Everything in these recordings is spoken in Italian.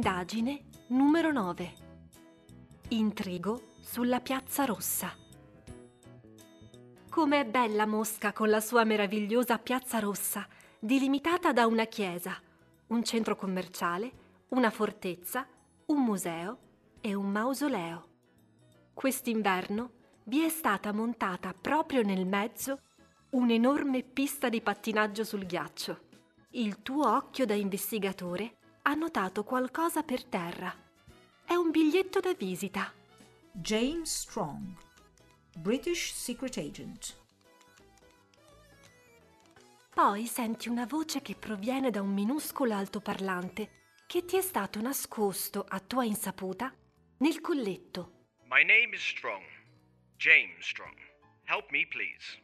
Indagine numero 9. Intrigo sulla Piazza Rossa. Com'è bella Mosca con la sua meravigliosa Piazza Rossa, delimitata da una chiesa, un centro commerciale, una fortezza, un museo e un mausoleo. Quest'inverno vi è stata montata proprio nel mezzo un'enorme pista di pattinaggio sul ghiaccio. Il tuo occhio da investigatore ha notato qualcosa per terra. È un biglietto da visita. James Strong, British Secret Agent. Poi senti una voce che proviene da un minuscolo altoparlante che ti è stato nascosto a tua insaputa nel colletto. My name is Strong. James Strong. Help me, please.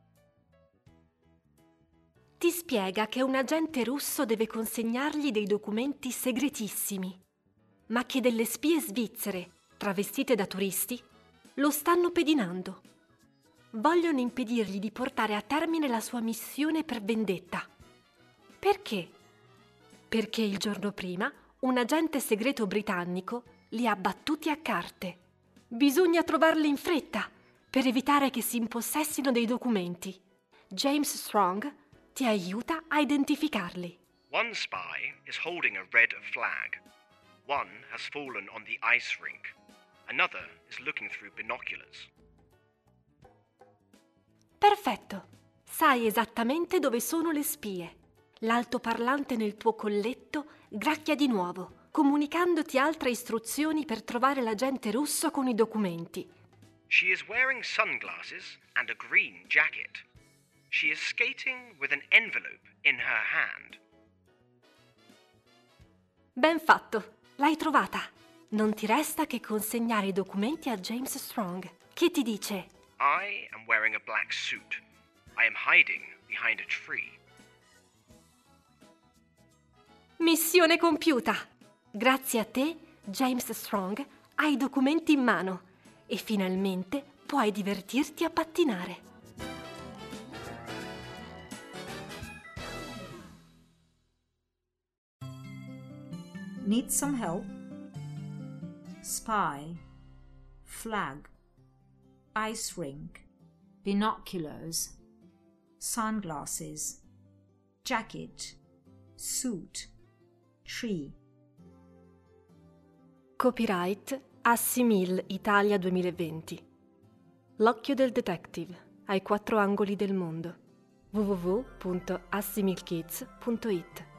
Ti spiega che un agente russo deve consegnargli dei documenti segretissimi, ma che delle spie svizzere, travestite da turisti, lo stanno pedinando. Vogliono impedirgli di portare a termine la sua missione per vendetta. Perché? Perché il giorno prima un agente segreto britannico li ha battuti a carte. Bisogna trovarli in fretta per evitare che si impossessino dei documenti. James Strong ti aiuta a identificarli. One spy is holding a red flag. One has fallen on the ice rink. Another is looking through binoculars. Perfetto! Sai esattamente dove sono le spie. L'altoparlante nel tuo colletto gracchia di nuovo, comunicandoti altre istruzioni per trovare l'agente russo con i documenti. She is wearing sunglasses and a green jacket. She is skating with an envelope in her hand. Ben fatto! L'hai trovata! Non ti resta che consegnare i documenti a James Strong, che ti dice: I am wearing a black suit. I am hiding behind a tree. missione compiuta! Grazie a te, James Strong, hai i documenti in mano e finalmente puoi divertirti a pattinare. Need some help? Spy, flag, ice rink, binoculars, sunglasses, jacket, suit, tree. Copyright Assimil Italia 2020. L'occhio del detective ai 4 angoli del mondo. www.assimilkids.it